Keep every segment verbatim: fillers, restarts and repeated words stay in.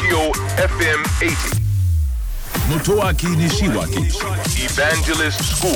Tokyo エフエム はちじゅう Motoaki Nishiwaki Evangelist School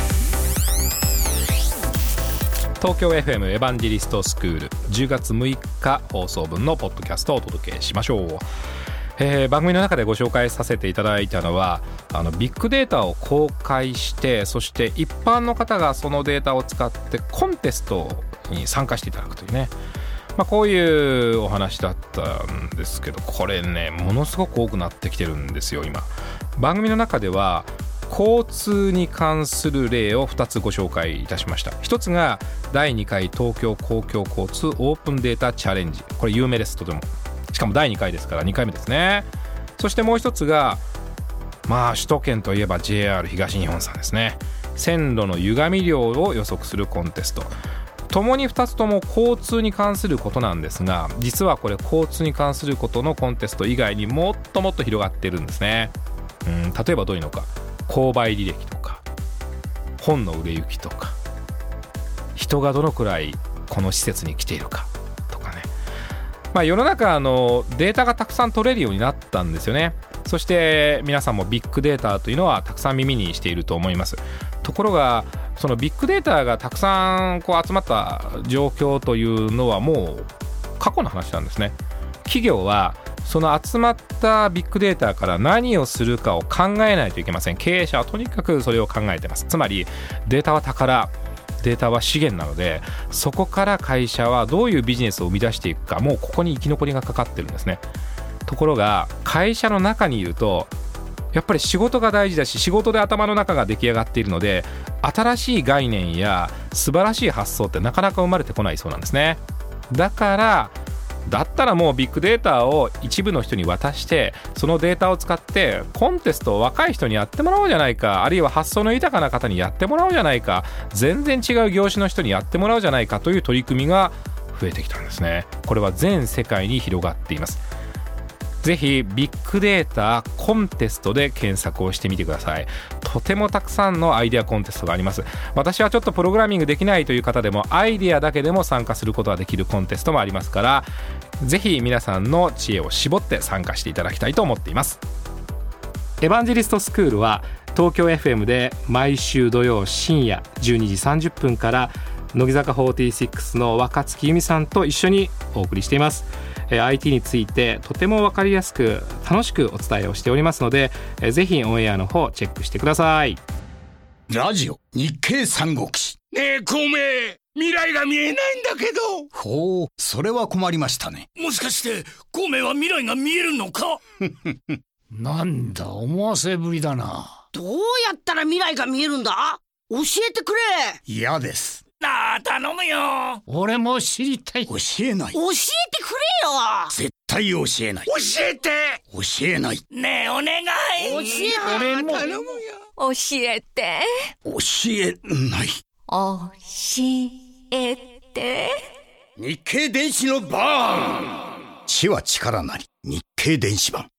東京 エフエム エヴァンジェリストスクールじゅうがつむいか放送分のポッドキャストをお届けしましょう。えー、番組の中でご紹介させていただいたのはあのビッグデータを公開して、そして一般の方がそのデータを使ってコンテストに参加していただくというね、まあ、こういうお話だったんですけど、これねものすごく多くなってきてるんですよ今。番組の中では交通に関する例をふたつご紹介いたしました。ひとつがだいにかい東京公共交通オープンデータチャレンジ、これ有名です。とても、しかもだいにかいですからにかいめですね。そしてもう一つがまあ首都圏といえば ジェイアール 東日本さんですね。線路の歪み量を予測するコンテスト。ともにふたつとも交通に関することなんですが、実はこれ交通に関することのコンテスト以外にもっともっと広がってるんですね。うん、例えばどういうのか、購買履歴とか本の売れ行きとか人がどのくらいこの施設に来ているかとかね、まあ、世の中あのデータがたくさん取れるようになったんですよね。そして皆さんもビッグデータというのはたくさん耳にしていると思います。ところがそのビッグデータがたくさんこう集まった状況というのはもう過去の話なんですね。企業はその集まったビッグデータから何をするかを考えないといけません。経営者はとにかくそれを考えています。つまりデータは宝、データは資源なので、そこから会社はどういうビジネスを生み出していくか、もうここに生き残りがかかってるんですね。ところが会社の中にいるとやっぱり仕事が大事だし、仕事で頭の中が出来上がっているので、新しい概念や素晴らしい発想ってなかなか生まれてこないそうなんですね。だからだったらもうビッグデータを一部の人に渡して、そのデータを使ってコンテストを若い人にやってもらおうじゃないか、あるいは発想の豊かな方にやってもらおうじゃないか、全然違う業種の人にやってもらおうじゃないかという取り組みが増えてきたんですね。これは全世界に広がっています。ぜひビッグデータコンテストで検索をしてみてください。とてもたくさんのアイデアコンテストがあります。私はちょっとプログラミングできないという方でもアイデアだけでも参加することができるコンテストもありますから、ぜひ皆さんの知恵を絞って参加していただきたいと思っています。エヴァンジェリストスクールは東京 エフエム で毎週土曜深夜じゅうにじさんじゅっぷんから乃木坂フォーティーシックスの若月由美さんと一緒にお送りしています。アイティー についてとても分かりやすく楽しくお伝えをしておりますので、ぜひオンエアの方チェックしてください。 ラジオ日経三国志。 ねえ孔明、未来が見えないんだけど。 ほう、それは困りましたね。 もしかして孔明は未来が見えるのか？ なんだ思わせぶりだな。 どうやったら未来が見えるんだ？教えてくれ。 嫌です。 なあ頼むよ。 俺も知りたい。 教えない。 教えてくれよ。 絶対教えない。 教えて。 教えない。 ねえお願い。 教えて。 俺も頼むよ。 教えて。 教えない。 教えて。 日経電子のバーン。 知は力なり。日経電子版。